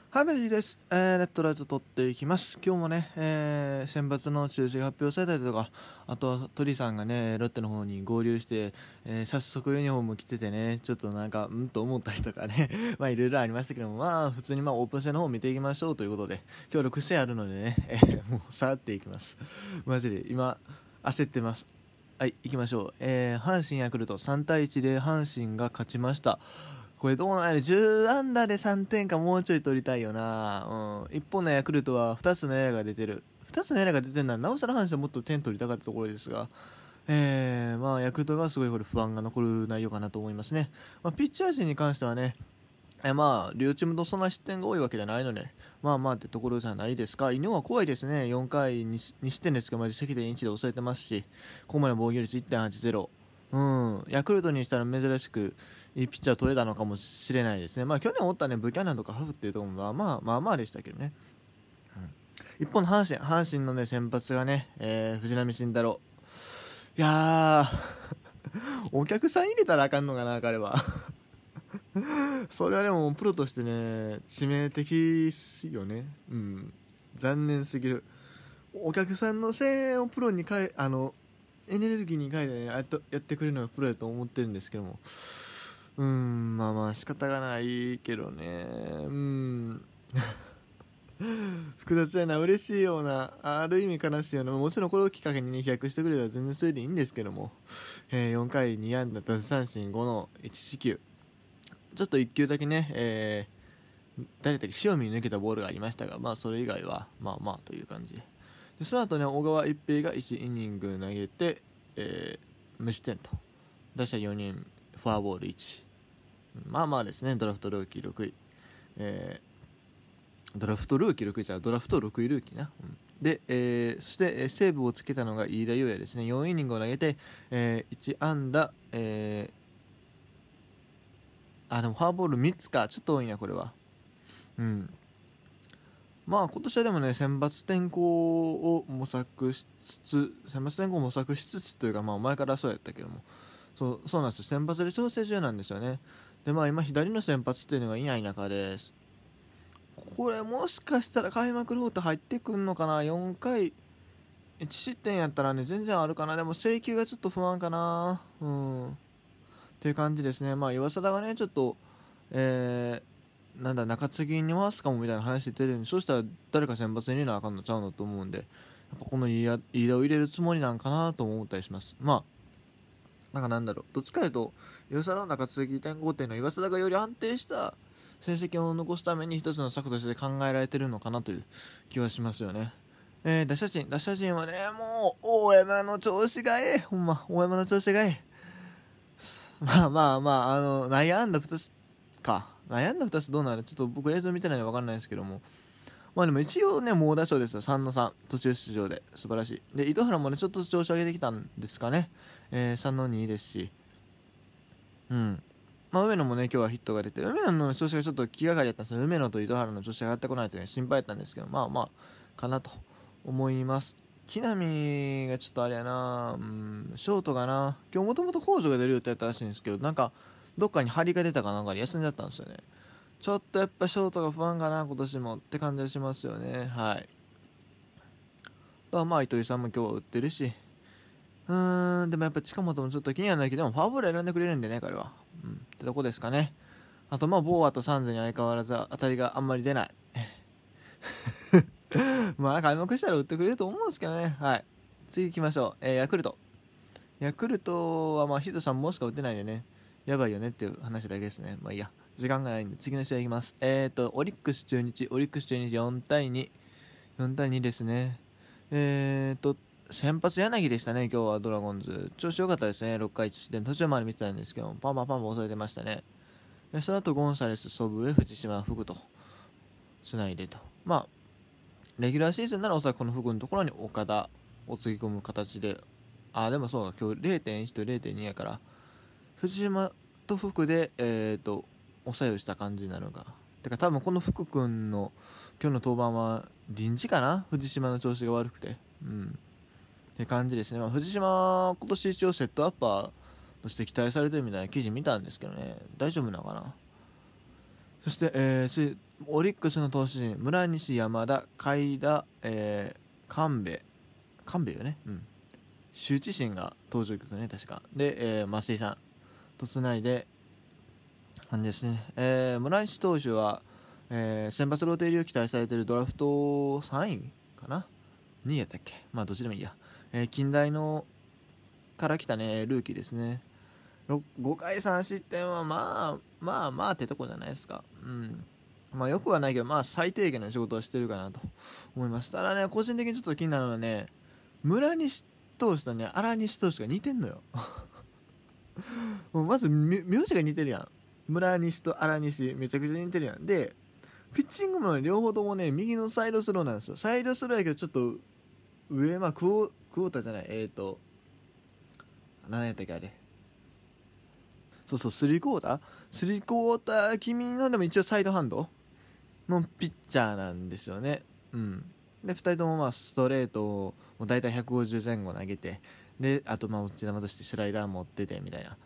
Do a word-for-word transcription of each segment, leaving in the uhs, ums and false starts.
はい、メルジーです。えー、レッドラジオ撮っていきます。今日もね、えー、選抜の中止が発表されたりとか、あとは鳥さんがね、ロッテの方に合流して、えー、早速ユニフォーム着ててね、ちょっとなんか、うんと思ったりとかね、まあいろいろありましたけども、まあ普通にまあオープン戦の方を見ていきましょうということで、今日ろく試合あるのでね、えー、もうさーっていきます。マジで、今、焦ってます。はい、行きましょう。えー、阪神ヤクルトさんたいいちで阪神が勝ちました。これどうなんやろ、じゅうアンダーでさんてんかもうちょい取りたいよな、うん、一方のヤクルトはふたつのエラーが出てるふたつのエラーが出てるならなおさら阪神はもっと点取りたかったところですが、えーまあ、ヤクルトがすごいこれ不安が残る内容かなと思いますね、まあ、ピッチャー陣に関してはね、えまあ両チームとそんな失点が多いわけじゃないので、まあまあってところじゃないですか。犬は怖いですね。よんかい 2, 2失点ですけど、まじ責点いちで抑えてますし、ここまで防御率 いってんはちゼロ、うん、ヤクルトにしたら珍しくいいピッチャー取れたのかもしれないですね。まあ去年おったね、ブキャナンとかハフっていうところはまあまあまあでしたけどね。うん、一方の阪神、阪神のね先発がね、えー、藤浪晋太郎。いやーお客さん入れたらあかんのかな彼は。それはでもプロとしてね致命的よね。うん、残念すぎる。お客さんの声援をプロに変えあのエネルギーに変えてねやっとやってくれるのがプロだと思ってるんですけども、うーんまあまあ仕方がないけどね、うん複雑やな、嬉しいようなある意味悲しいような、もちろんこれをきっかけに、ね、飛躍してくれたら全然それでいいんですけども、えー、よんかいに安打奪三振ごのいち四球、ちょっといっ球だけね、えー、誰だっけ塩見に抜けたボールがありましたが、まあそれ以外はまあまあという感じで、でその後ね小川一平がいちイニング投げて、えー、無失点と、打者よにんフォアボールいち、まあまあですね。ドラフトルーキーろくい、えー、ドラフトルーキーろくいじゃドラフトろくいルーキーな、うん、で、えー、そして、えー、セーブをつけたのが飯田優也ですね。よんイニングを投げて、えー、いち安打、えー、あでもフォアボールみっつか、ちょっと多いなこれは。うんまあ今年はでもね選抜転向を模索しつつ選抜転向を模索しつつというか、まあ前からそうやったけども、そうそうなんですよ。選抜で調整中なんですよね。でまあ今左の先発っていうのがいない中で、これもしかしたら開幕ローテ入ってくんのかな。よんかいいち失点やったらね全然あるかな。でも制球がちょっと不安かな、うんっていう感じですね。まあ岩貞がねちょっとえー、なんだ中継ぎに回すかもみたいな話出てるんで、そうしたら誰か先発に入れなあかんのちゃうのと思うんで、やっぱこの飯田を入れるつもりなんかなと思ったりします。まあなんかなんだろう、どっちかというと岩貞の中継ぎ転向っていうのは岩貞がより安定した成績を残すために一つの策として考えられてるのかなという気はしますよね。えー、打者陣打者陣はね、もう大山の調子がええ、ほんま大山の調子がええ。まあまあまあ、あの内野安打ふたつか、悩んだふたつどうなる、ちょっと僕映像見てないので分かんないですけども、まあでも一応ね猛打賞ですよ。さんのさん途中出場で素晴らしい。で糸原もねちょっと調子上げてきたんですかね、えー、さんのにですし、うんまあ梅野もね今日はヒットが出て、梅野の調子がちょっと気がかりだったんですよ。梅野と糸原の調子が上がってこないという心配だったんですけど、まあまあかなと思います。木浪がちょっとあれやな、うん、ショートがな、今日もともと北条が出る予定だったらしいんですけど、なんかどっかに張りが出たかなんかで休んじゃったんですよね。ちょっとやっぱショートが不安かな今年もって感じがしますよね。はい。まあ糸井さんも今日打ってるし、うーんでもやっぱ近本もちょっと気にはないけど、でもフォアボール選んでくれるんでね彼は、うんってとこですかね。あとまあボーアとサンズに相変わらず当たりがあんまり出ないまあ開幕したら打ってくれると思うんですけどね。はい、次行きましょう。えー、ヤクルトヤクルトはまあヒットさんもしか打てないんでね、やばいよねっていう話だけですね。まあいいや、時間がないんで次の試合いきます。えっ、ー、とオリックス中日、オリックス中日よんたいに、よんたいにですね。えっ、ー、と先発柳でしたね今日は。ドラゴンズ調子良かったですね。ろっかいいち失点、途中まで見てたんですけどパンパンパンパン抑えてましたね。でその後ゴンサレス、祖父江、藤島、福とつないでと、まあレギュラーシーズンならおそらくこの福のところに岡田をつぎ込む形で、あでもそうだ今日 れいてんいち と れいてんに やから藤島と福で、えー、と抑えをした感じになるのか。てか多分この福君の今日の登板は臨時かな、藤島の調子が悪くて、うんって感じですね。まあ、藤島今年一応セットアッパーとして期待されてるみたいな記事見たんですけどね、大丈夫なのかな。 そして、えー、オリックスの投手陣、村西、山田、海田、えー、神戸神戸よね、うん、羞恥心が登場曲ね確かで、えー、増井さんとつないで感じですね。えー、村西投手は、えー、先発ローテ入りを期待されているドラフトさんいかなにいやったっけ、まあどっちでもいいや、えー、近代のから来たねルーキーですね。ごかいさん失点はまあまあまあってとこじゃないですか。うんまあよくはないけど、まあ最低限の仕事はしてるかなと思います。ただね、個人的にちょっと気になるのはね、村西投手とね荒西投手が似てんのよもうまず名字が似てるやん。村西と荒西めちゃくちゃ似てるやん。でピッチングも両方ともね右のサイドスローなんですよ。サイドスローやけどちょっと上まあクオクォーターじゃないえっ、ー、と何やったっけあれ、そうそうスリークォータースリークォーター君のでも一応サイドハンドのピッチャーなんですよね。うんでふたりともまあストレートをもう大体ひゃくごじゅう前後投げて、であとまあ落ち球としてスライダー持っててみたいな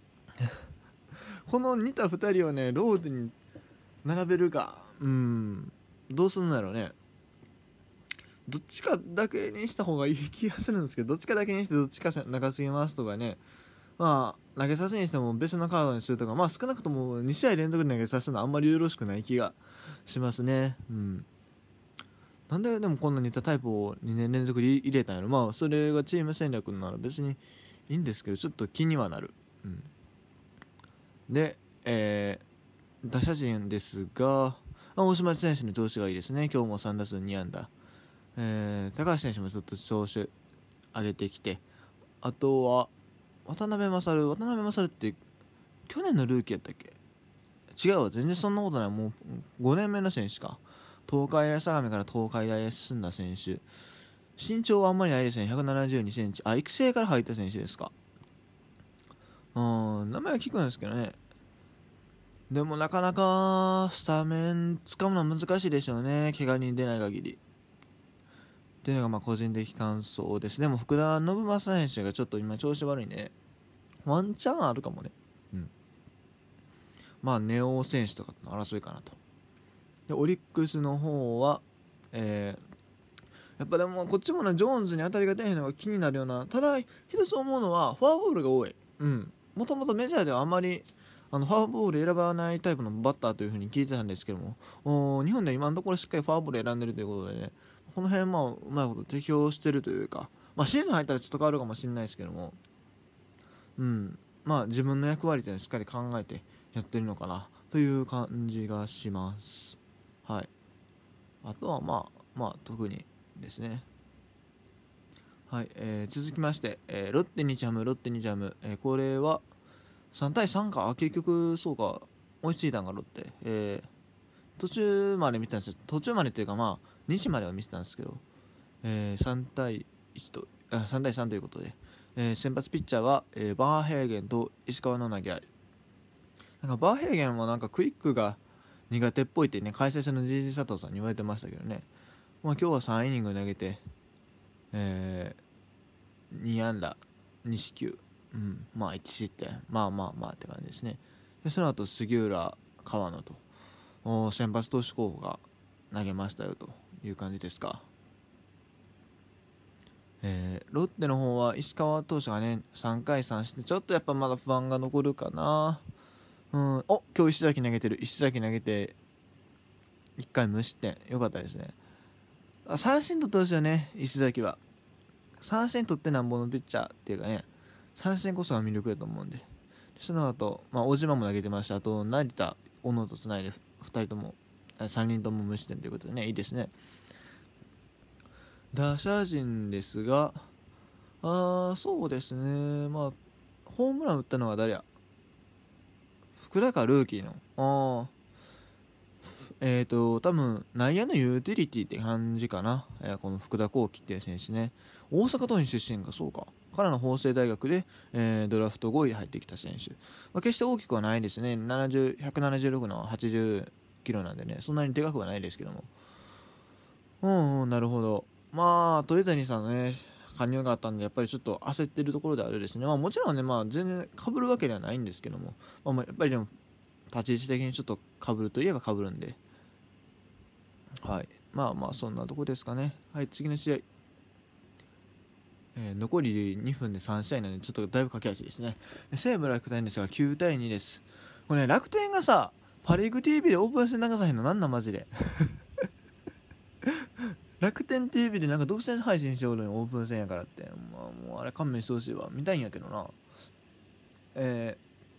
この似たふたりをねローテに並べるか、うんどうすんのやろうね。どっちかだけにした方がいい気がするんですけど、どっちかだけにしてどっちか中継ぎますとかね、まあ投げさせにしても別のカードにするとか、まあ少なくともに試合連続で投げさせるのはあんまりよろしくない気がしますね。うんなんででもこんな似たタイプをにねん連続で入れたんやろ。まあそれがチーム戦略なら別にいいんですけど、ちょっと気にはなる。うんで、えー、打者陣ですが、大島選手の調子がいいですね。今日もさん打数に安打、えー、高橋選手もずっと調子上げてきて、あとは渡辺勝渡辺勝って去年のルーキーやったっけ。違うわ、全然そんなことない。もうごねんめの選手か。東海大相模から東海大へ進んだ選手、身長はあんまりないですね。ひゃくななじゅうにセンチ、あ育成から入った選手ですか。うん名前は聞くんですけどね。でもなかなかスタメン使うのは難しいでしょうね、怪我に出ない限りっていうのがまあ個人的感想です。でも福田信正選手がちょっと今調子悪いんで、ね、ワンチャンあるかもね。うんまあネオ選手とかの争いかなと。でオリックスの方は、えー、やっぱでもこっちもねジョーンズに当たりが出へんのが気になるような。ただ一つ思うのはフォアボールが多い。うんもともとメジャーではあんまりあのフォアボール選ばないタイプのバッターという風に聞いてたんですけども、お日本では今のところしっかりフォアボール選んでるということでね、この辺まあうまいこと適応してるというか、まあ、シーズン入ったらちょっと変わるかもしれないですけども、うんまあ自分の役割ってしっかり考えてやってるのかなという感じがします。はい。あとはまあまあ特にですね。はい、えー、続きまして、えー、ロッテ日ハムロッテ日ハム、えー、これはさんたいさんか結局そうか追いついたんがロッテ、えー、途中まで見てたんですよ。途中までっていうかまあにじまでは見てたんですけど、えー、さんたいいちとあさんたいさんということで、えー、先発ピッチャーは、えー、バーヘーゲンと石川の投げ合い。なんかバーヘーゲンはなんかクイックが苦手っぽいってね解説の ジージー 佐藤さんに言われてましたけどね、まあ、今日はさんイニング投げて、えー、に安打に四球、うん、まあいち失点、まあまあまあって感じですね。でその後杉浦川野と先発投手候補が投げましたよという感じですか。えー、ロッテの方は石川投手がねさんかいさんしてちょっとやっぱまだ不安が残るかな。うんお今日石崎投げてる石崎投げていっかい無失点よかったですね。三振取ってほしいよね石崎は。三振取ってなんぼのピッチャーっていうかね、三振こそが魅力だと思うんで。その後、まあ小島も投げてました。あと成田小野とつないでふたりともさんにんとも無失点ということでねいいですね。打者陣ですが、あーそうですね、まあホームラン打ったのは誰や、福田かルーキーの、あーえーと多分内野のユーティリティって感じかな、えー、この福田幸輝っていう選手ね、大阪桐蔭出身かそうかからの法政大学で、えー、ドラフトごいで入ってきた選手、まあ、決して大きくはないですね。ななじゅう、ひゃくななじゅうろくのはちじゅっキロなんでねそんなにでかくはないですけども、うん、うん、なるほど。まあ鳥谷さんのね加入があったんでやっぱりちょっと焦ってるところであるですね。まあもちろんねまあ全然被るわけではないんですけども、まあ、やっぱりでも立ち位置的にちょっと被るといえば被るんで、はい、まあまあそんなとこですかね。はい、次の試合、えー、残りにふんでさん試合なのでちょっとだいぶ駆け足ですね。西武楽天ですがきゅうたいにです。これね、楽天がさパリーグ ティーブイ でオープン戦流さへんのなんなんマジで楽天 ティーブイ でなんか独占配信しておるんオープン戦やからって、まあ、もうあれ勘弁してほしいわ。見たいんやけどな。え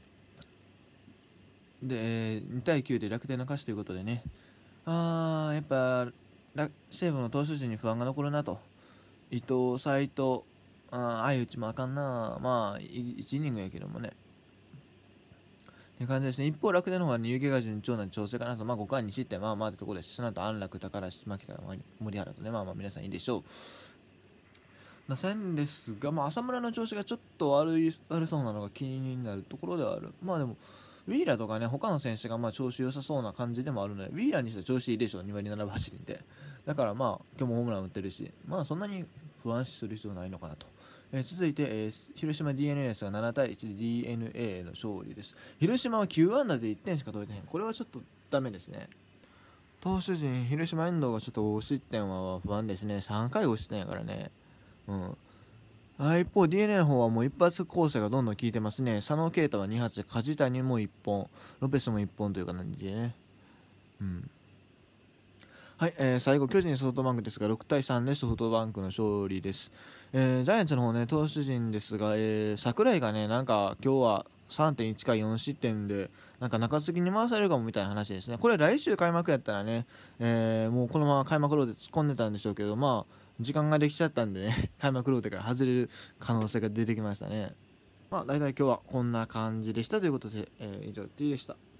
ー、でにたいきゅうで楽天の勝ちということでね、あーやっぱ西武の投手陣に不安が残るなと。伊藤、斎藤、あ相打ちもあかんな。まあいちイニングやけどもねって感じですね。一方楽天の方は入球が順調な調整かなと、まあ、ごかいに失点まあまあってところです。その後安楽、高梨、牧田、森原とね、まあまあ皆さんいいでしょう。打線ですが、まあ、浅村の調子がちょっと悪い悪そうなのが気になるところではある。まあでもウィーラーとかね他の選手がまあ調子良さそうな感じでもあるので、ウィーラーにしては調子いいでしょう。にわりななぶ走りで、だからまあ今日もホームラン打ってるし、まあそんなに不安視する必要ないのかなと。えー、続いて、えー、広島 ディーエヌエー ですがななたいいちで ディーエヌエー の勝利です。広島はきゅうあんだでいってんしか取れてへん。これはちょっとダメですね。投手陣広島遠藤がちょっとご失点は不安ですね。さんかいご失点やからね。うん。あ一方 ディーエヌエー の方はもう一発構成がどんどん効いてますね。佐野啓太はに発、梶谷もいっぽん、ロペスもいっぽんという感じでね。うん。はい、えー、最後巨人ソフトバンクですがろくたいさんでソフトバンクの勝利です。えー、ジャイアンツの方ね投手陣ですが、えー、櫻井がねなんか今日は さんてんいち 回よん失点でなんか中継ぎに回されるかもみたいな話ですね。これ来週開幕やったらね、えー、もうこのまま開幕ローで突っ込んでたんでしょうけど、まあ時間ができちゃったんでね開幕ローテから外れる可能性が出てきましたね。まあ大体今日はこんな感じでしたということで、えー、以上 T でした。